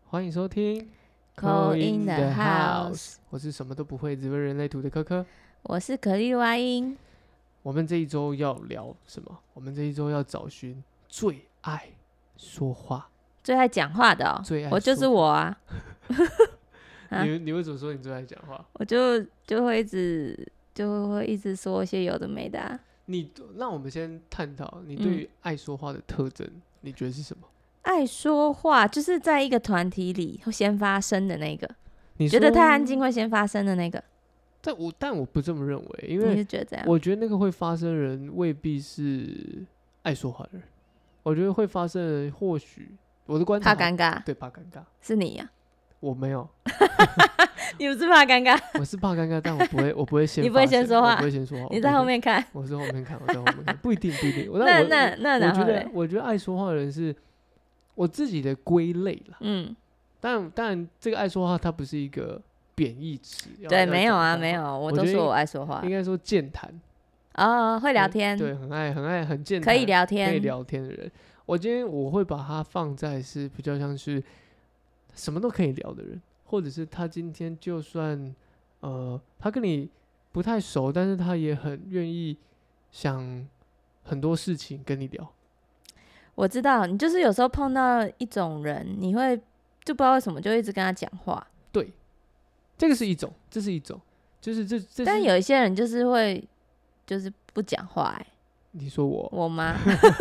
欢迎收听 Call in the House， 我是什么都不会只会人类图的科科。 我是可丽蛙音。 我们这一周要聊什么？我们这一周要找寻最爱说话、 最爱讲话的哦， 最爱我就是我啊。啊你为什么说你最爱讲话？ 我就会一直说一些有的没的啊。 那我们先探讨你对于爱说话的特征，你觉得是什么？ 爱说话就是在一个团体里会先发生的那个， 你觉得太安静会先发生的那个。 但我不这么认为，因你为是觉得这样？ 我觉得那个会发生的人未必是爱说话的人，我觉得会发生的人或许我的观察怕尴尬， 对，怕尴尬。 是你呀、 我没有， 你不是怕尴尬？ 我是怕尴尬，但我不会先， 你不会先说话， 我不会先说话， 你在后面看。 我是后面看，我在后面看，不一定。 那然后嘞？ 我觉得爱说话的人是我自己的归类啦。但这个爱说话，它不是一个贬义词。 对，没有啊，没有，我都说我爱说话。 应该说健谈哦，会聊天， 对，很爱很健谈， 可以聊天的人。我今天我会把它放在是比较像是什么都可以聊的人，或者是他今天就算他跟你不太熟，但是他也很愿意想很多事情跟你聊。 我知道，你就是有时候碰到一种人，你会就不知道为什么就一直跟他讲话。 对，这是一种，就是这。 但有一些人就是会就是不讲话欸。 你说我吗？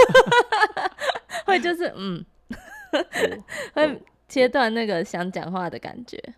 会就是会切断那个想讲话的感觉。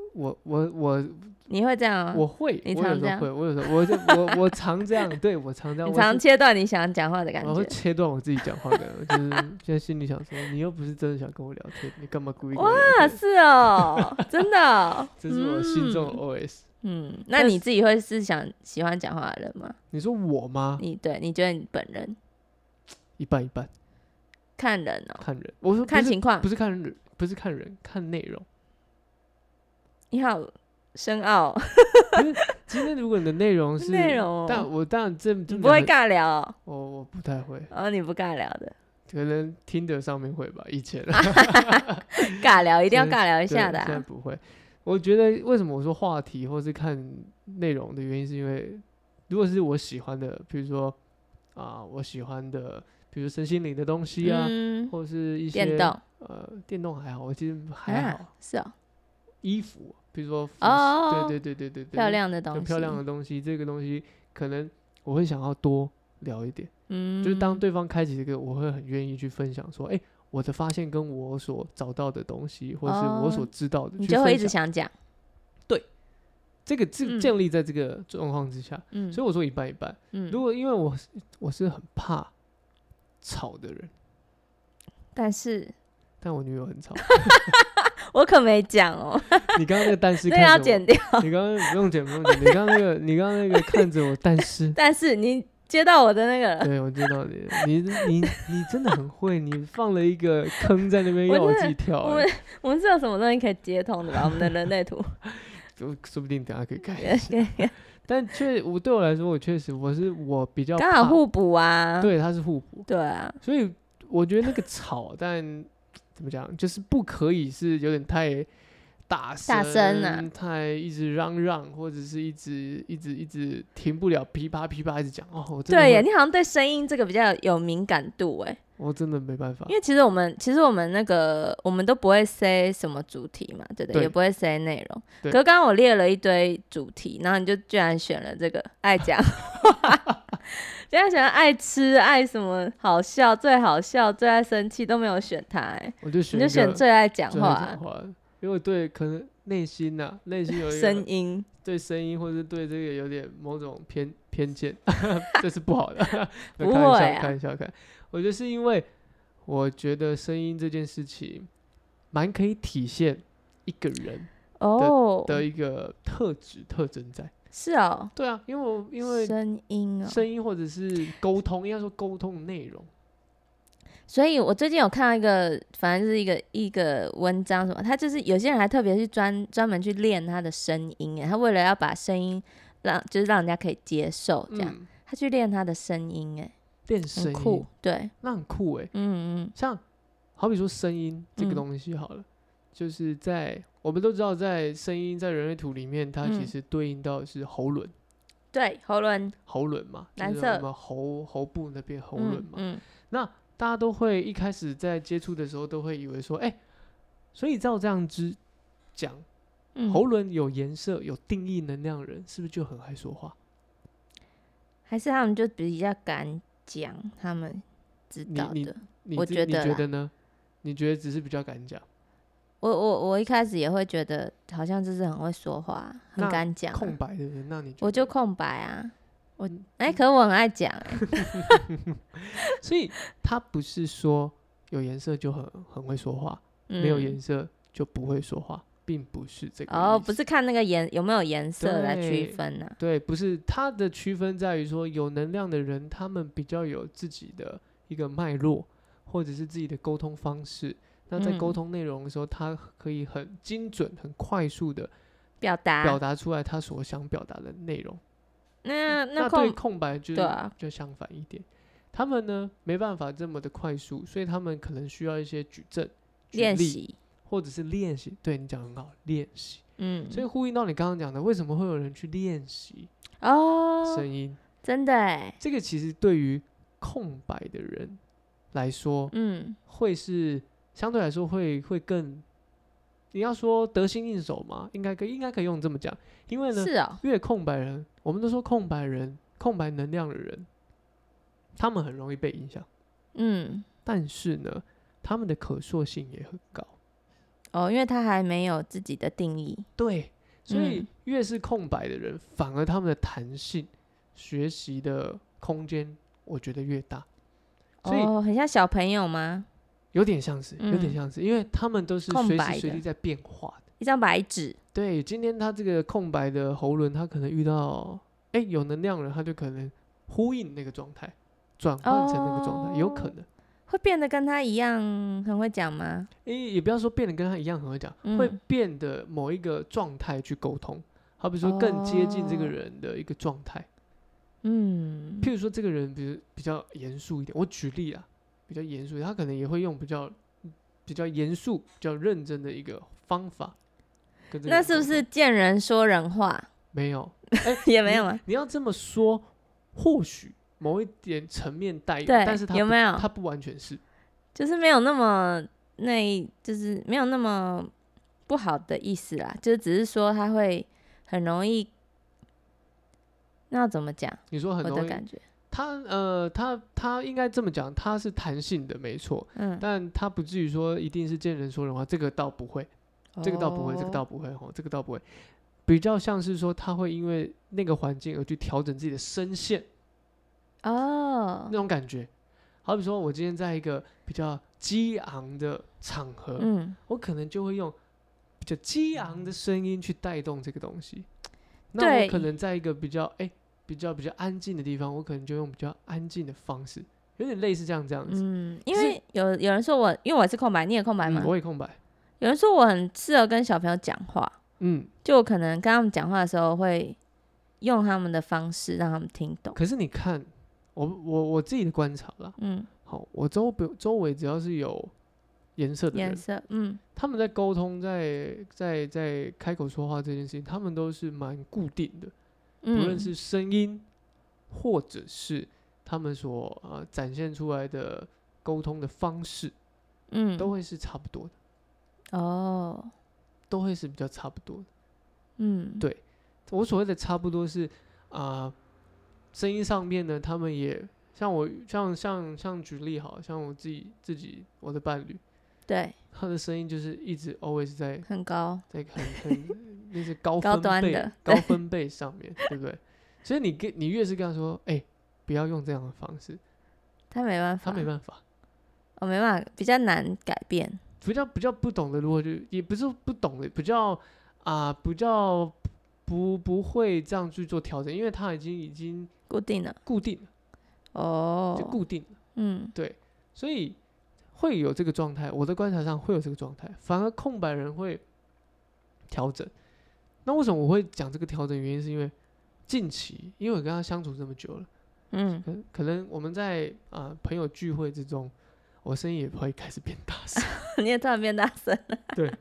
你会这样吗？ 我会， 你常这样？ 我有时候我常这样，对，我常这样。 你常切断你想讲话的感觉。 我会切断我自己讲话的，就是现在心里想说，你又不是真的想跟我聊天，你干嘛故意跟我聊天？ 哇，是哦，真的哦。 这是我心中的 OS。 那你自己会是喜欢讲话的人吗？ 你说我吗？ 你觉得你本人一半一半， 看人哦， 看人。我说看情况， 不是看人，看内容。 你好深奥。 今天如果你的内容是内容， 但我当然你不会尬聊哦。 我不太会。 你不尬聊的， 可能听得上面会吧，以前。 尬聊一定要尬聊一下的啊。 现在不会。我觉得为什么我说话题或是看内容的原因，是因为如果是我喜欢的，比如说我喜欢的，比如身心灵的东西啊，或是一些电动还好，我其实还好。 是哦。 衣服，比如说对， 漂亮的东西， 漂亮的东西，这个东西可能我会想要多聊一点。就是当对方开启这个，我会很愿意去分享说，我的发现跟我所找到的东西，或是我所知道的， 你就会一直想讲。 对，这个建立在这个状况之下，所以我说一半一半。如果因为我是很怕吵的人，但我女友很吵。 我可没讲哦。 你刚刚那个但是那要剪掉。 你刚刚不用剪。你刚刚那个看着我，但是你接到我的那个了。 对，我接到你真的很会，你放了一个坑在那边要我自己跳。 我们是有什么东西可以接通的吧？我们的人类图， 说不定等下可以看一下。但对我来说，我比较刚好互补啊。 对，它是互补。 对啊， 所以我觉得那个吵，但怎么讲，就是不可以是有点太大声啊， 太一直嚷，或者是一直停不了，噼啪噼啪一直讲。我真的对耶，你好像对声音这个比较有敏感度哎。 我真的没办法， 因为其实我们那个我们都不会 say 什么主题嘛，对不对？也不会 say 内容。可是刚刚我列了一堆主题，然后你就居然选了这个爱讲话，居然选了爱吃、爱什么好笑、最好笑、最爱生气都没有选它哎， 你就选最爱讲话， 因为对可能内心有一个声音， 对声音或是对这个有点某种偏见，这是不好的。 不会啊， 开玩笑看。我觉得是因为我觉得声音这件事情蛮可以体现一个人的一个特征在。 是哦。 对啊，因为声音或者是沟通，应该说沟通的内容。 所以我最近有看到一个，反正就是一个文章什么，他就是有些人还特别去专门去练他的声音，他为了要把声音就是让人家可以接受这样，他去练他的声音练声音， 很酷，对， 那很酷像好比说声音这个东西好了， 就是我们都知道，在声音在人类图里面，它其实对应到的是喉轮。 对，喉轮嘛， 蓝色， 就是我们喉部那边喉轮嘛。那大家都会一开始在接触的时候，都会以为说，所以照这样子讲，喉轮有颜色、有定义能量的人，是不是就很爱说话？ 还是他们就比较敢讲他们知道的？我觉得， 你觉得呢？你觉得只是比较敢讲？ 我一开始也会觉得，好像就是很会说话，很敢讲。 空白的人，那你觉得？ 我就空白啊。可是我很爱讲所以他不是说有颜色就很会说话，没有颜色就不会说话，并不是这个意思。 不是看那个有没有颜色来区分啊？ 对，不是，它的区分在于说，有能量的人，他们比较有自己的一个脉络，或者是自己的沟通方式。那在沟通内容的时候，他可以很精准、很快速的表达出来他所想表达的内容。那对空白就相反一点，他们呢没办法这么的快速，所以他们可能需要一些举证、 练习， 或者是练习。对，你讲很好，练习。所以呼应到你刚刚讲的，为什么会有人去练习声音？ 真的耶， 这个其实对于空白的人来说，会是相对来说会更。你要说得心应手嘛，应该可以用这么讲，因为呢，越空白人，我们都说空白能量的人，他们很容易被影响，但是呢，他们的可塑性也很高， 因为他还没有自己的定义， 对，所以越是空白的人，反而他们的弹性、学习的空间，我觉得越大，所以很像小朋友吗？ 有点像是，因为他们都是随时随地在变化的， 一张白纸。 对，今天他这个空白的喉轮，他可能遇到有能量人，他就可能呼应那个状态，转换成那个状态，有可能会变得跟他一样很会讲吗？ 也不要说变得跟他一样很会讲，会变得某一个状态去沟通，好比说更接近这个人的一个状态。譬如说这个人比较严肃一点，我举例啊。比较严肃，他可能也会用比较严肃、比较认真的一个方法。 那是不是见人说人话？ 没有， 也没有吗？ 你要这么说，或许某一点层面带有，但是有没有？ 它不完全是， 就是没有那么就是没有那么不好的意思啦，就只是说他会很容易。那要怎么讲？ 你说很容易， 我的感觉。 他应该这么讲，他是弹性的，没错，但他不至于说一定是见人说人话，这个倒不会，这个倒不会，比较像是说他会因为那个环境而去调整自己的声线，那种感觉。好比说我今天在一个比较激昂的场合，我可能就会用比较激昂的声音去带动这个东西。那我可能在一个比较安静的地方，我可能就用比较安静的方式，有点类似这样子。 因为有人说因为我是空白，你也空白吗？ 我也空白。 有人说我很适合跟小朋友讲话，就我可能跟他们讲话的时候会用他们的方式让他们听懂。 可是你看，我自己的观察啦，好，我周围只要是有颜色的人，他们在沟通，在开口说话这件事情，他们都是蛮固定的。不论是声音，或者是他们所展现出来的沟通的方式，都会是差不多的。都会是比较差不多的。对，我所谓的差不多是声音上面呢，他们也像举例好，像我自己我的伴侣， 对， 他的声音就是一直 always 在很高， 在很那是高分贝上面，对不对？所以你越是跟他说，不要用这样的方式， 他没办法， 没办法，比较难改变， 比较不懂的，如果就也不是不懂的，比较不会这样去做调整，因为他已经固定了，就固定了，对，所以会有这个状态，我的观察上会有这个状态，反而空白人会调整。那为什么我会讲这个调整？原因是因为近期，因为我跟他相处这么久了，可能我们在朋友聚会之中，我声音也会开始变大声。 你也突然变大声了？ 对，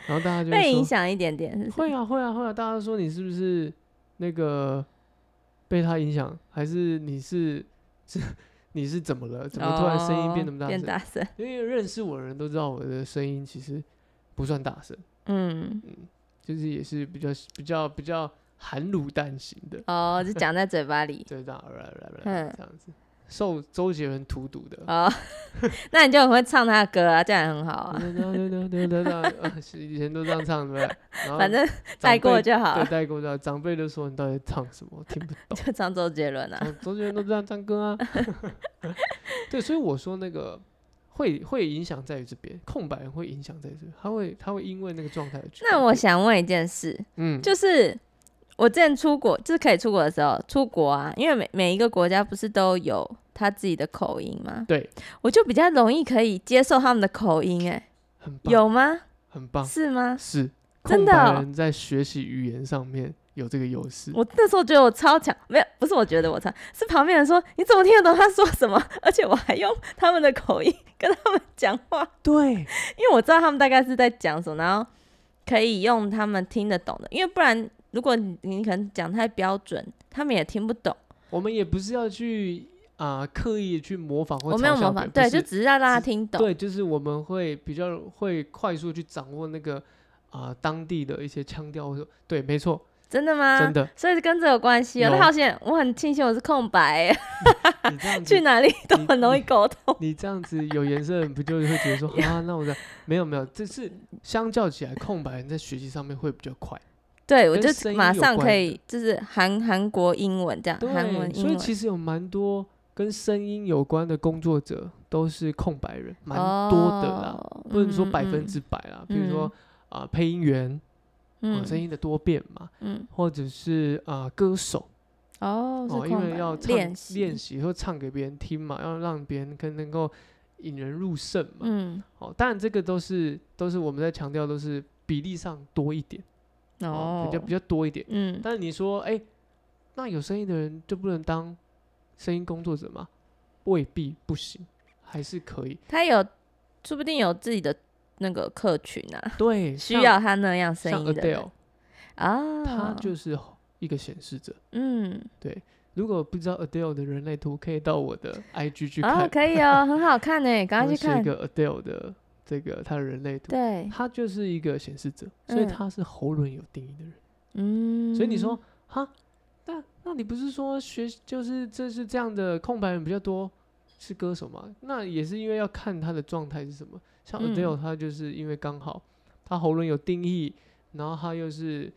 然后大家就被影响一点点是会啊会啊会啊，大家说你是不是那个被他影响，还是你是怎么了？怎么突然声音变那么大声？ 变大声？ 因为认识我的人都知道我的声音其实不算大声，就是也是比较含卤蛋型的。 就讲在嘴巴里， 对，这样子。受周杰伦荼毒的那你就很会唱他的歌啊，这样也很好啊。 以前都这样唱的， 反正带过就好。 对，带过就好。长辈都说你到底唱什么，听不懂。 就唱周杰伦啊， 周杰伦都这样唱歌啊。对，所以我说那个会影响在于这边，空白人会影响在这边，他会因为那个状态。 那我想问一件事，就是我之前出国，就是可以出国的时候，出国啊，因为每一个国家不是都有他自己的口音吗？ 对， 我就比较容易可以接受他们的口音， 很棒， 有吗？ 很棒， 是吗？ 是， 真的空白人在学习语言上面有这个优势。 我那时候觉得我超强，没有，不是我觉得我强，是旁边人说你怎么听得懂他说什么，而且我还用他们的口音跟他们讲话。 对， 因为我知道他们大概是在讲什么，然后可以用他们听得懂的，因为不然如果你可能讲太标准，他们也听不懂。 我们也不是要去刻意去模仿或嘲笑别人， 我没有模仿，对，就只是要让他听懂。 对，就是我们会比较会快速去掌握那个当地的一些腔调。对，没错。 真的吗？ 真的。 所以跟这有关系哦。那好险，我很庆幸我是空白你这样子去哪里都很容易沟通。 你这样子有颜色人不就会觉得说那我没有，这是相较起来，空白人在学习上面会比较快。 对，我就马上可以，就是韩国英文这样，韩文英文。 所以其实有蛮多跟声音有关的工作者都是空白人，蛮多的啦，不能说100%啦。比如说配音员，声音的多变嘛，或者是歌手，因为要练习或唱给别人听嘛，要让别人能够引人入胜嘛。当然这个都是我们在强调，都是比例上多一点。比较多一点。但是你说那有声音的人就不能当声音工作者吗？未必不行，还是可以。 他说不定有自己的那个客群啊， 对， 需要他那样声音的人。 像 Adele 他就是一个显示者。对。如果不知道 Adele 的人类图，可以到我的 IG 去看。 可以哦，很好看耶，赶快去看。 是一个 Adele 的这个他的人类图， 对， 他就是一个显示者，所以他是喉轮有定义的人。所以你说那你不是说就是这样的空白人比较多是歌手吗？那也是因为要看他的状态是什么。像 Adele 他就是因为刚好他喉轮有定义，然后他又是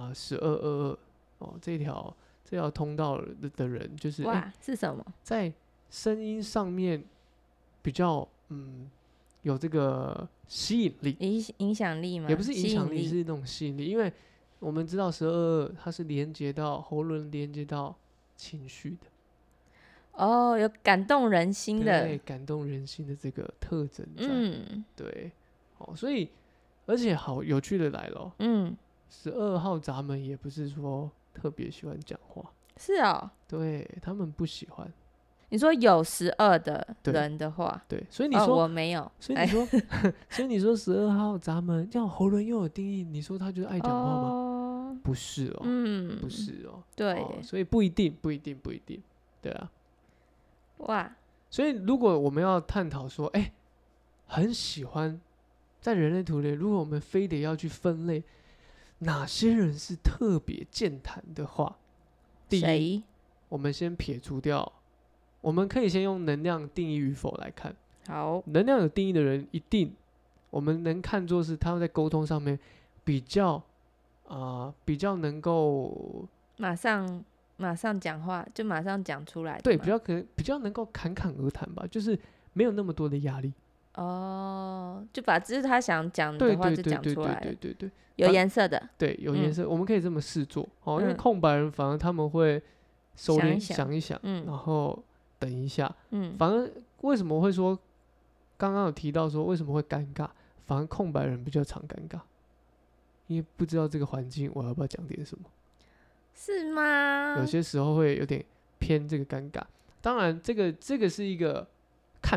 1222这条通道的人，就是是什么？ 在声音上面比较有这个吸引力， 影响力吗？ 也不是影响力，是那种吸引力。因为我们知道1222它是连接到喉轮，连接到情绪的。 有感动人心的， 对，感动人心的这个特征在。对，所以而且好有趣的来了，12号闸门也不是说特别喜欢讲话。 是哦。 对，他们不喜欢。 你说有12的人的话， 对，所以你说我没有， 所以你说12号闸门，这样喉轮又有定义，你说他就是爱讲话吗？不是哦，不是哦， 对， 所以不一定，对啊， 哇， 所以如果我们要探讨说，很喜欢在人类图里，如果我们非得要去分类哪些人是特别健谈的话，第一，我们先撇除掉。我们可以先用能量定义与否来看。 好， 能量有定义的人，一定我们能看作是他们在沟通上面比较能够马上讲话，就马上讲出来的。 对，比较能够侃侃而谈吧，就是没有那么多的压力。 就把就是他想讲的话就讲出来。 对， 有颜色的。 对，有颜色，我们可以这么视作。因为空白人反而他们会收敛想一想，然后等一下，反而为什么会说刚刚有提到说为什么会尴尬，反而空白人比较常尴尬，因为不知道这个环境我要不要讲点什么， 是吗？ 有些时候会有点偏这个尴尬。当然这个是一个看法，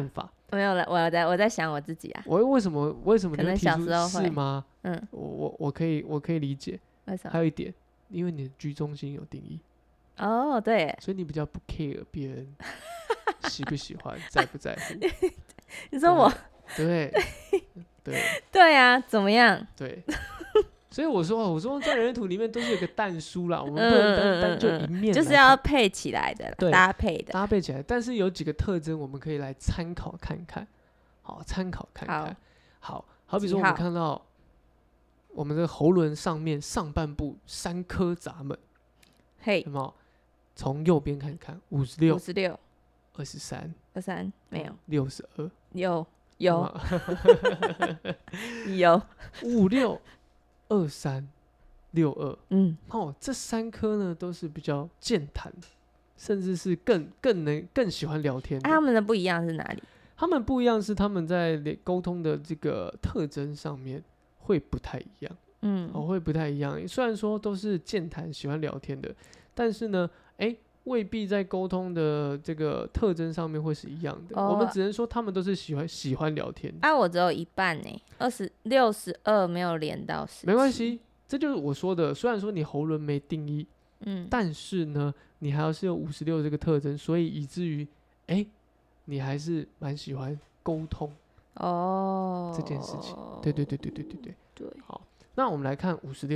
没有了，我在想我自己啊。 我为什么可能小时候会是吗？我可以理解。 为什么？ 还有一点，因为你的居中心有定义。 哦，对耶， 所以你比较不 care 别人喜不喜欢，在不在乎。 你说我对对啊，怎么样？ 对，所以我说在人类图里面都是有个但书啦，我们不能单就一面， 就是要配起来的，搭配起来。但是有几个特征我们可以来参考看看，好，参考看看。好比说我们看到我们的喉轮上面上半部3颗闸门， 嘿， 有没有？从右边开始看，56、 23没有，62 有 56、23、62，这3颗呢都是比较健谈，甚至是更喜欢聊天的。 他们的不一样是哪里？ 他们不一样是他们在沟通的这个特征上面会不太一样，会不太一样。虽然说都是健谈喜欢聊天的，但是呢，未必在沟通的这个特征上面会是一样的。我们只能说他们都是喜欢聊天。 我只有一半呢，62没有连到17。 没关系，这就是我说的。虽然说你喉轮没定义，但是呢，你还是有56这个特征，所以以至于，你还是蛮喜欢沟通这件事情。对。好，那我们来看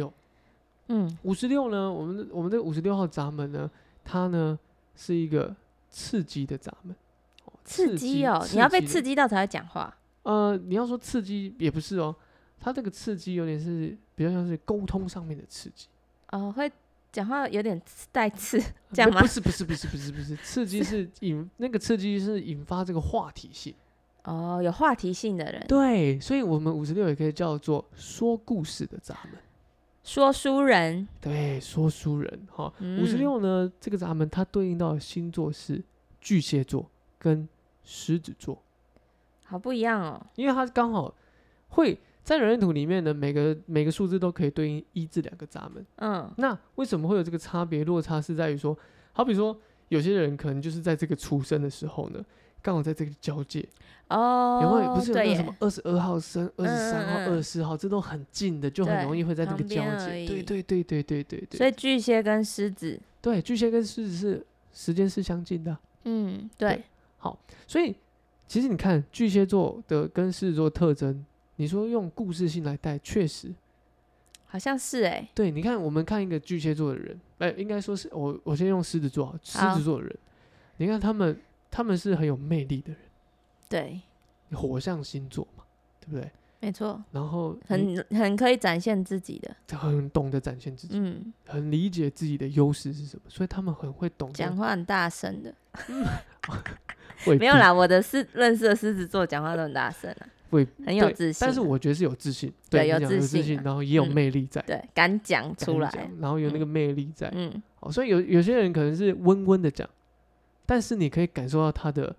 56呢，我们这个56号闸门呢，它呢是一个刺激的闸门。 刺激哦，你要被刺激到才会讲话。 你要说刺激也不是哦，它这个刺激有点是比较像是沟通上面的刺激。 会讲话有点带刺，这样吗？ 不是，刺激是那个刺激是引发这个话题性。 有话题性的人。 对，所以我们56也可以叫做说故事的闸门。 说书人。 对，说书人。56呢，这个闸门它对应到的星座是巨蟹座跟狮子座。 好不一样哦。因为它刚好会在人类图里面呢，每个数字都可以对应1至2个闸门。那为什么会有这个差别落差？是在于说，好比说有些人可能就是在这个出生的时候呢，刚好在这个交界。有没有？不是有那个什么22号生、23号、24号，这都很近的，就很容易会在这个交界。对。 所以巨蟹跟狮子， 对，巨蟹跟狮子是时间是相近的。 对。 好，所以其实你看巨蟹座的跟狮子座特征，你说用故事性来带，确实好像是对，你看我们看一个巨蟹座的人，应该说是我先用狮子座，狮子座的人，你看他们是很有魅力的人。 对， 火象星座嘛，对不对？ 没错。 然后很可以展现自己的， 很懂得展现自己，很理解自己的优势是什么，所以他们很会懂得讲话，很大声的。没有啦，我的认识的狮子座讲话都很大声啊，很有自信。 但是我觉得是有自信， 对，有自信，然后也有魅力在， 对，敢讲出来， 然后有那个魅力在，所以有些人可能是温温的讲，但是你可以感受到他的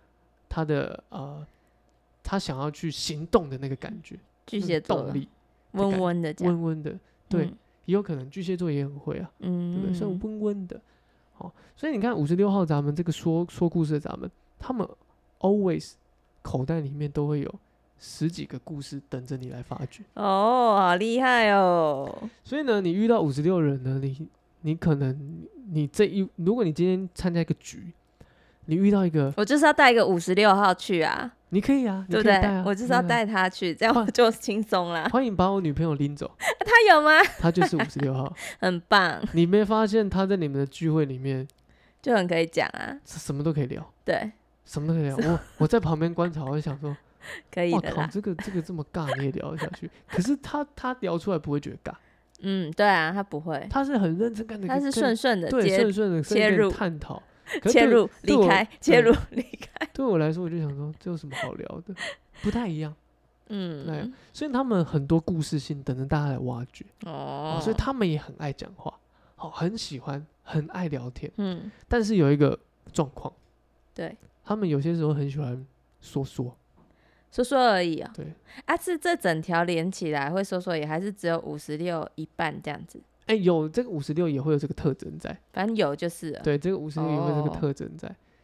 他想要去行动的那个感觉， 巨蟹座动力， 温温的讲， 温温的，对，也有可能巨蟹座也很会啊，对不对？所以温温的，所以你看56号闸门这个说故事的闸门，他们 always 口袋里面都会有10几个故事等着你来发掘。 好厉害哦！ 所以呢，你遇到56人呢，你可能如果你今天参加一个局。你遇到一个， 我就是要带一个56号去啊！ 你可以啊， 对不对？我就是要带他去，这样我就轻松啦。 欢迎把我女朋友拎走。 他有吗？ 他就是56号， 很棒。 你没发现他在你们的聚会里面就很可以讲啊， 什么都可以聊。 对， 什么都可以聊。我在旁边观察，我就想说， 可以的啦。 哇靠，这个这么尬你也聊得下去？可是他聊出来不会觉得尬。 对啊，他不会， 他是很认真干的， 他是顺顺的， 对，顺顺的切入探讨。 切入离开，切入离开。 对我来说，我就想说，这有什么好聊的？不太一样。对，所以他们很多故事性等着大家来挖掘。所以他们也很爱讲话，很喜欢，很爱聊天。但是有一个状况， 对， 他们有些时候很喜欢说而已啊。 对啊，是这整条连起来会说，也还是只有56一半这样子。 有这个56也会有这个特征在， 反正有就是了。 对，这个56也会有这个特征在，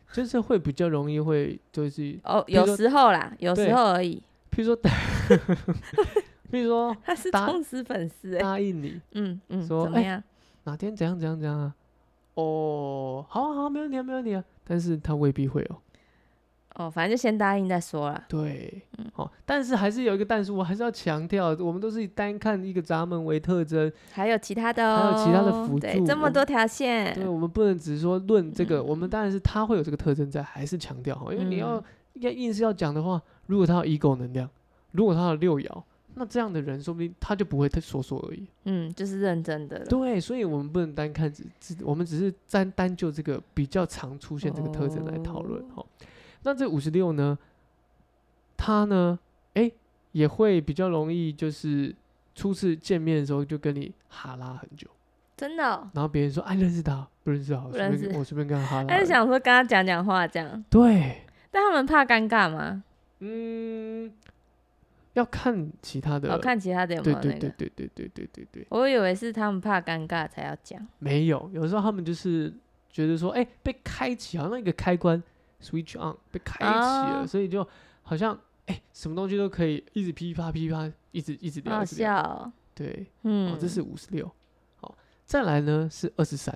就是会比较容易会就是有时候啦，有时候而已。 譬如说他是忠实粉丝答应你，说怎么样？ 哪天怎样怎样怎样啊？哦，好啊好啊，没问题啊没问题啊。但是他未必会反正就先答应再说啦。 对，但是还是有一个但是我还是要强调，我们都是以单看一个闸门为特征， 还有其他的还有其他的辅助， 对，这么多条线， 对，我们不能只是说论这个，我们当然是他会有这个特征在，还是强调因为你要硬是要讲的话，如果他有ego能量，如果他有6爻，那这样的人说不定他就不会说说而已， 就是认真的了。 对，所以我们不能单看我们只是单就这个比较常出现这个特征来讨论那这56呢，他呢，也会比较容易，就是初次见面的时候就跟你哈拉很久， 真的然后别人说认识他，不认识他，我随便跟他哈拉， 他就想说跟他讲话这样， 对， 但他们怕尴尬吗？ 要看其他的， 看其他的有没有那个， 对， 我以为是他们怕尴尬才要讲， 没有，有时候他们就是觉得说，被开启，好像一个开关 switch on 被开启了，所以就好像什么东西都可以一直噼啪噼啪，一直聊， 好笑对，这是56，好，再来呢是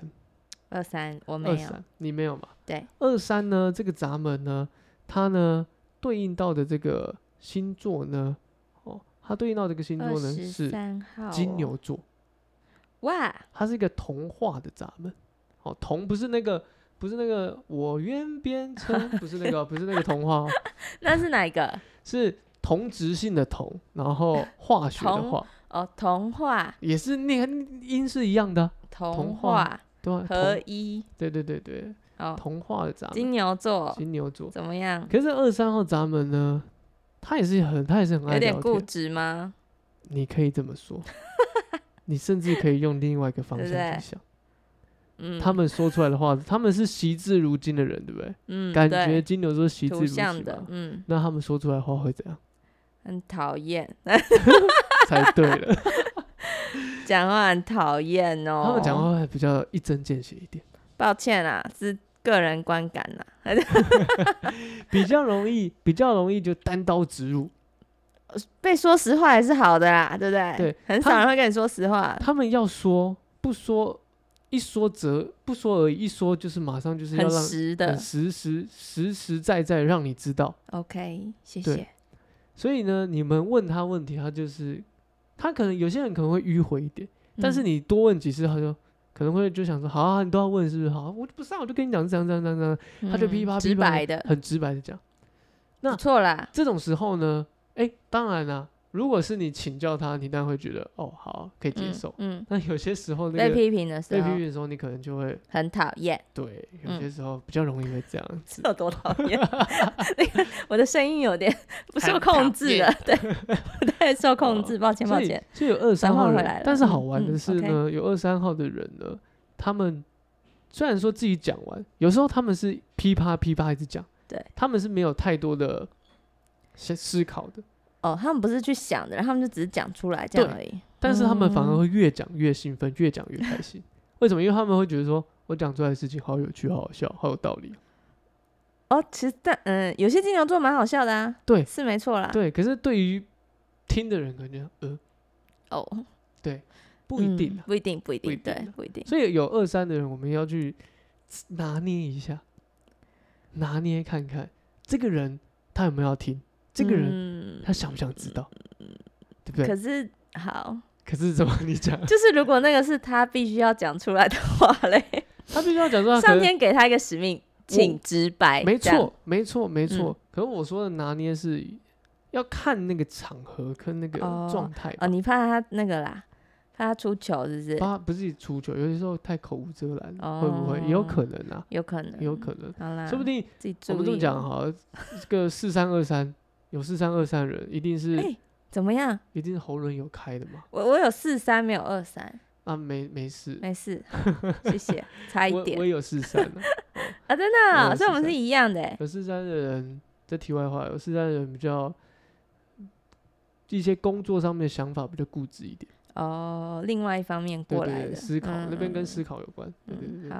23， 我没有， 你没有嘛？对，23呢这个闸门呢，它呢对应到的这个星座呢，它对应到这个星座呢是金牛座， 哇， 它是一个童话的闸门，童不是那个我愿变成，不是那个童话那是哪一个？ 是同质性的同，然后化学的化， 童话也是那个音是一样的， 童话对， 合一， 对，童话的闸门，金牛座怎么样？ 可是23号闸门呢，他也是很爱聊天， 有点固执吗？ 你可以这么说，你甚至可以用另外一个方向去想。他们说出来的话，他们是惜字如金的人，对不对？感觉金牛座惜字如金的，那他们说出来的话会怎样？ 很讨厌， 猜对了， 讲话很讨厌哦。 他们讲话会比较一针见血一点。 抱歉啦，是个人观感啦， 比较容易就单刀直入。 被说实话也是好的啦，对不对？ 对， 很少人会跟你说实话。 他们要说不说，一说则不说而已，一说就是马上就是要让很实在让你知道。 OK， 谢谢。 所以呢，你们问他问题，他可能有些人可能会迂回一点，但是你多问几次，他就可能会就想说，好啊，你都要问是不是？好，我不上我就跟你讲这样，他就噼啪噼啪很直白的讲。那不错啦。 这种时候呢，当然啦，如果是你请教他，你当然会觉得好可以接受。那有些时候被批评的时候，你可能就会很讨厌。 对，有些时候比较容易会这样子。 有多讨厌？我的声音有点不受控制了，对，不太受控制，抱歉。 所以有23号人，但是好玩的是呢，有23号的人呢，他们虽然说自己讲完，有时候他们是噼啪噼啪一直讲，对，他们是没有太多的思考的。 他们不是去想的，他们就只是讲出来这样而已。 但是他们反而会越讲越兴奋，越讲越开心。为什么？因为他们会觉得说，我讲出来的事情好有趣、好好笑、好有道理。 其实有些金牛座蛮好笑的啊。对，是没错啦。 对，可是对于听的人，感觉对，不一定， 不一定，对，不一定。 所以有23的人，我们要去拿捏一下，拿捏看看这个人他有没有要听。这个人他想不想知道，对不对？ 可是怎么你讲？ 就是如果那个是他必须要讲出来的话嘞， 他必须要讲出来， 上天给他一个使命，请直白。 没错。可是我说的拿捏是要看那个场合跟那个状态。 你怕他那个啦，怕他出糗是不是？ 不是出糗，有些时候太口无遮拦，会不会？也有可能啊， 有可能。好啦， 说不定我们这么讲好，这个4323。有4323人，一定是怎么样？ 一定是喉咙有开的嘛？ 我有43，没有23 啊，没事， 谢谢，差一点。 我也有43 啊，真的，所以我们是一样的。 有43的人，在题外话，有43的人比较一些工作上面的想法比较固执一点。 另外一方面过来的思考那边跟思考有关。对。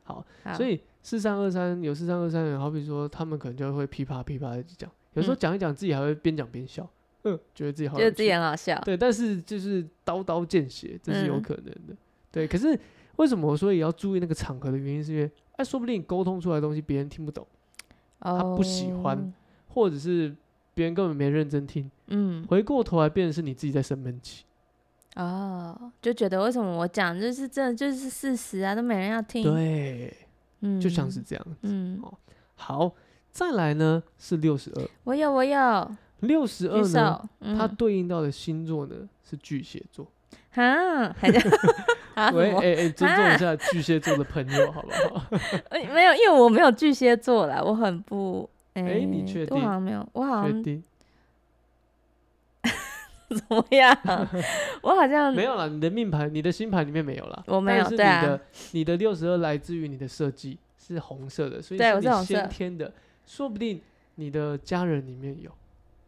好，所以4323有4323人，好比说他们可能就会噼啪噼啪的讲，有时候讲一讲自己还会边讲边笑，觉得自己好有趣， 觉得自己很好笑。 对，但是就是刀刀见血，这是有可能的。对，可是为什么我说也要注意那个场合的原因，是因为说不定你沟通出来的东西别人听不懂，他不喜欢，或者是别人根本没认真听，回过头来变成是你自己在生闷气。 就觉得为什么我讲就是真的就是事实啊，都没人要听。 对，就像是这样子。好，再来呢是62， 我有 62呢，它对应到的星座呢是巨蟹座。喂，尊重一下巨蟹座的朋友好不好？ 没有，因为我没有巨蟹座啦，我很不。 你确定？ 我好像没有，我好像确定。 怎么样？我好像没有啦，你的命盘、你的星盘里面没有啦。 我没有，对啊。 你的62来自于你的设计是红色的，所以是你先天的，说不定你的家人里面有。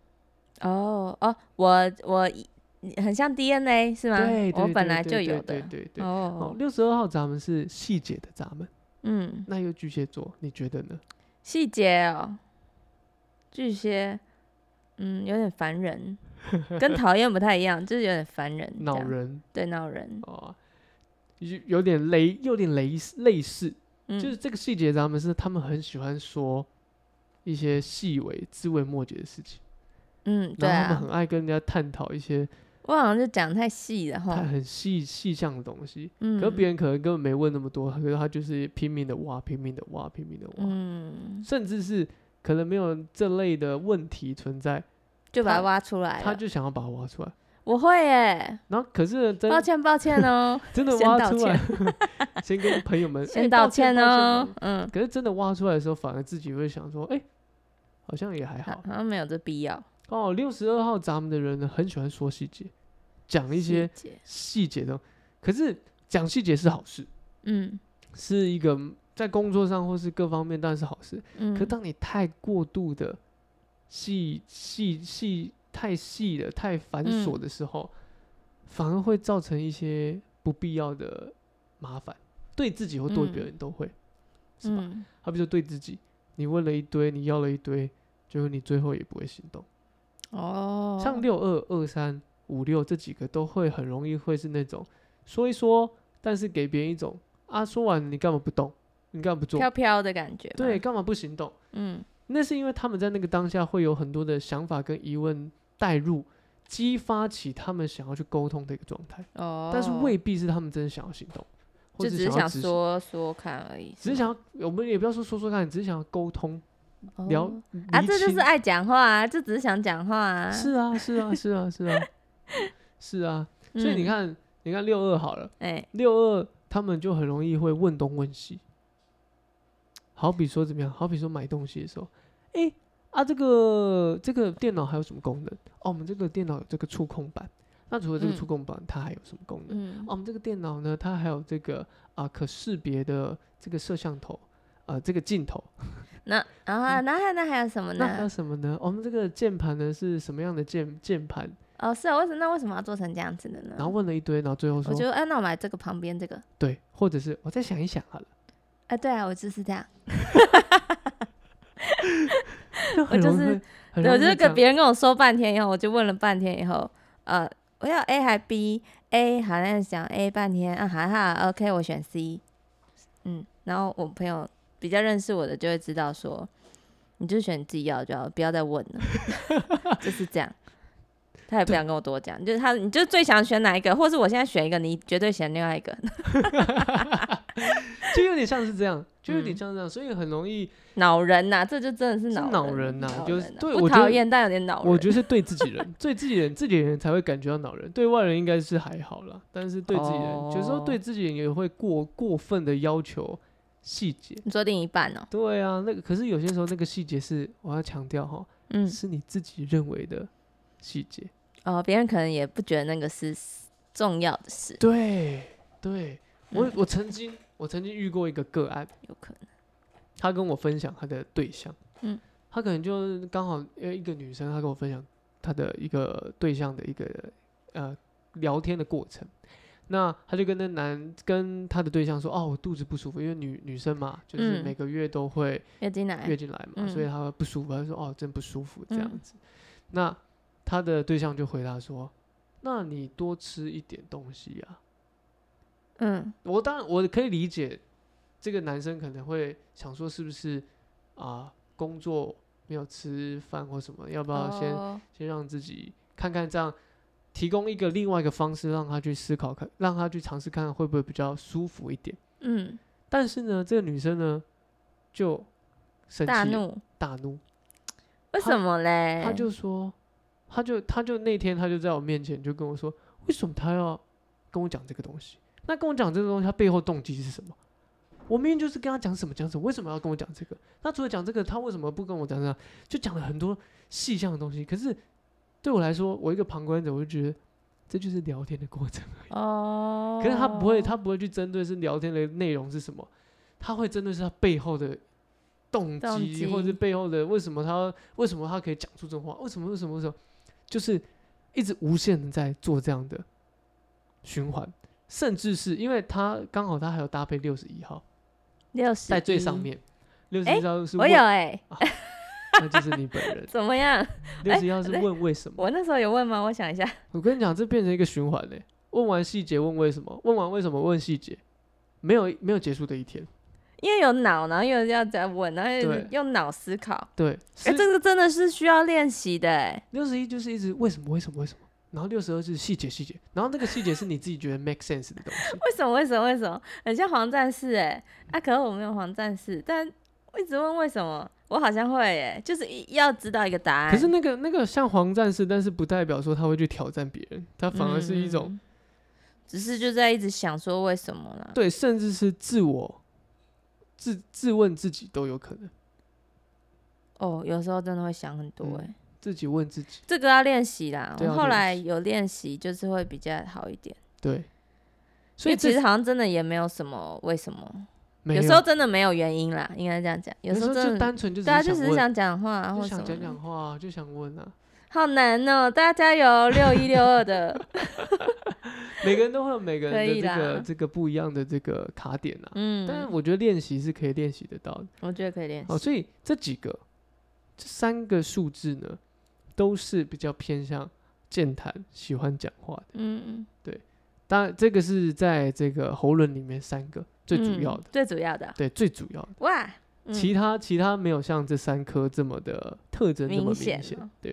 我很像 DNA 是吗？ 对， 我本来就有的。 对。62号闸门是细节的闸门。那又巨蟹座，你觉得呢？ 细节巨蟹，有点烦人。跟讨厌不太一样，就是有点烦人， 恼人， 对，恼人有点类似，就是这个细节闸门是他们很喜欢说一些细微、枝微末节的事情， 对啊， 然后他们很爱跟人家探讨一些， 我好像就讲太细了哈， 很细项的东西，可是别人可能根本没问那么多，可是他就是拼命的挖，甚至是可能没有这类的问题存在。 就把它挖出来了， 他就想要把它挖出来。 我会耶， 然后可是抱歉哦， 真的挖出来，先跟朋友们先道歉哦。 可是真的挖出来的时候，反而自己会想说，好像也还好， 好像没有这必要。 62号闸门的人呢，很喜欢说细节，讲一些细节的。可是讲细节是好事，是一个在工作上或是各方面当然是好事。可当你太过度的太细了、太繁琐的时候，反而会造成一些不必要的麻烦，对自己或对别人都会，是吧？好比说对自己，你问了一堆，你要了一堆，结果你最后也不会行动。像62、23、56这几个都会很容易会是那种说一说，但是给别人一种说完你干嘛不动，你干嘛不做， 飘飘的感觉。 对，干嘛不行动？那是因为他们在那个当下会有很多的想法跟疑问带入，激发起他们想要去沟通的一个状态。但是未必是他们真的想要行动，或者就只是想说说看而已。 只是想要，我们也不要说看，只是想要沟通聊这就是爱讲话啊，就只是想讲话啊。 是啊，所以你看62好了，62他们就很容易会问东问西。好比说怎么样？好比说买东西的时候，这个电脑还有什么功能？我们这个电脑有这个触控板，那除了这个触控板，它还有什么功能？我们这个电脑呢，它还有这个可识别的这个摄像头，这个镜头。 那还有什么呢？ 那还有什么呢？我们这个键盘呢是什么样的键盘？ 是啊，为什么要做成这样子的呢？ 然后问了一堆，然后最后说， 我觉得那我买这个旁边这个。 对，或者是我再想一想好了。 对啊，我就是这样。 我就是别人跟我说半天以后，我就问了半天以后，我要 A 还 B？A 好像讲 A 半天好 OK， 我选 C。然后我朋友比较认识我的就会知道说，你就选你自己要就好，不要再问了，就是这样。他也不想跟我多讲，就是你就最想选哪一个，或是我现在选一个，你绝对选另外一个。 就有点像是这样，所以很容易恼人呐，这就真的是恼人呐，就是对不讨厌，但有点恼人。 我觉得是对自己人，对自己人才会感觉到恼人，对外人应该是还好啦，但是对自己人，有时候对自己人也会过分的要求细节。 你说另一半哦？ 对啊，可是有些时候那个细节是我要强调是你自己认为的细节。 别人可能也不觉得那个是重要的事。 对，我曾经遇过一个个案， 有可能他跟我分享他的对象，他可能就刚好一个女生，她跟我分享她的一个对象的一个聊天的过程， 那他就跟他的对象说，哦，我肚子不舒服，因为女生嘛，就是每个月都会月经来嘛，所以他不舒服，他说哦，真不舒服这样子。那他的对象就回答说，那你多吃一点东西啊。当然我可以理解，这个男生可能会想说，是不是工作没有吃饭或什么，要不要先让自己看看这样。提供另外一个方式让他去思考看，让他去尝试看看会不会比较舒服一点。但是呢，这个女生呢就生气大怒， 为什么嘞？ 她就说，她就那天她就在我面前就跟我说，为什么她要跟我讲这个东西？那跟我讲这个东西，她背后动机是什么？我明明就是跟她讲什么，为什么要跟我讲这个？那除了讲这个，她为什么不跟我讲这样？就讲了很多细项的东西，可是。对我来说，我一个旁观者，我就觉得这就是聊天的过程而已。可是他不会去针对是聊天的内容是什么，他会针对是他背后的动机，或者是背后的为什么他可以讲出这种话，为什么，就是一直无限的在做这样的循环，甚至是因为他刚好他还有搭配61号，61在最上面，61号是我有那就是你本人怎么样 ？61号是问为什么？ 我那时候有问吗？我想一下。 我跟你讲，这变成一个循环嘞。问完细节问为什么，问完为什么问细节，没有结束的一天。 因为有脑，然后又要再问，然后用脑思考。 对， 这个真的是需要练习的。 61就是一直为什么，然后62是细节，然后那个细节是你自己觉得 make sense 的东西。 为什么？很像黄战士可是我没有黄战士，但我一直问为什么。我好像会就是要知道一个答案。 可是那个像黄战士，但是不代表说他会去挑战别人，他反而是一种， 只是就在一直想说为什么啦。 对，甚至是自问自己都有可能。 有时候真的会想很多自己问自己， 这个要练习啦。我后来有练习，就是会比较好一点。 对，所以其实好像真的也没有什么为什么。有时候真的没有原因啦，应该这样讲。有时候真的就单纯就对就只是想讲话， 就想讲话，就想问啊。 好难哦，大家加油！6162的， 每个人都会有每个人的这个不一样的这个卡点啊。但是我觉得练习是可以练习得到的。 我觉得可以练习。 所以这3个数字呢，都是比较偏向健谈、喜欢讲话的。对。当然，这个是在这个喉轮里面3个最主要的， 最主要的， 对，最主要的。 哇， 其他没有像这3颗这么的特征这么明显。对。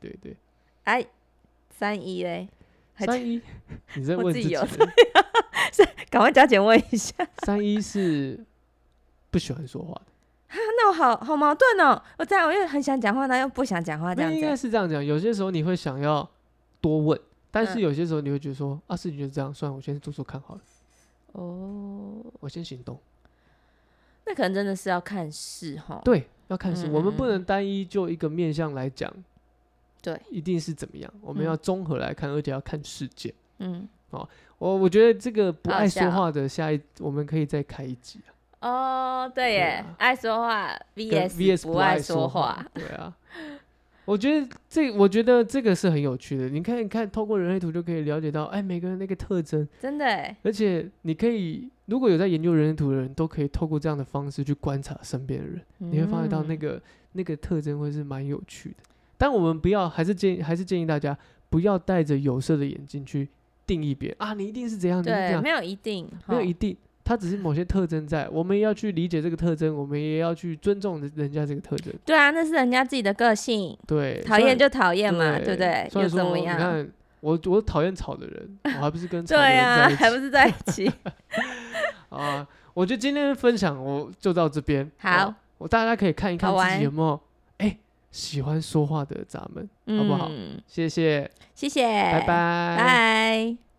31嘞 ，31，你在问自己？ 赶快加减问一下。 31是不喜欢说话的。 那我好矛盾哦！我又很想讲话，但又不想讲话，这样子。 应该是这样讲。有些时候你会想要多问。但是有些时候你会觉得说，事情就是这样，算了，我先做做看好了。我先行动。 那可能真的是要看事齁。 对，要看事。我们不能单一就一个面向来讲， 对， 一定是怎么样。我们要综合来看，而且要看事件。我觉得这个不爱说话的我们可以再开一集对耶，爱说话 VS 不爱说话。 对啊。我觉得这个是很有趣的。你看，透过人类图就可以了解到，每个人那个特征， 真的而且你可以，如果有在研究人类图的人，都可以透过这样的方式去观察身边的人，你会发现到那个特征会是蛮有趣的。但我们不要，还是建议大家不要戴着有色的眼镜去定义别人你一定是怎样， 对，没有一定。 它只是某些特征在，我们也要去理解这个特征，我们也要去尊重人家这个特征。 对啊，那是人家自己的个性。 对， 讨厌就讨厌嘛，对不对？ 又怎么样？ 你看，我讨厌吵的人，我还不是跟吵的人在一起？ 对啊，还不是在一起？ 我觉得今天的分享我就到这边。 好， 大家可以看一看自己有没有喜欢说话的闸门，好不好？谢谢， 拜拜。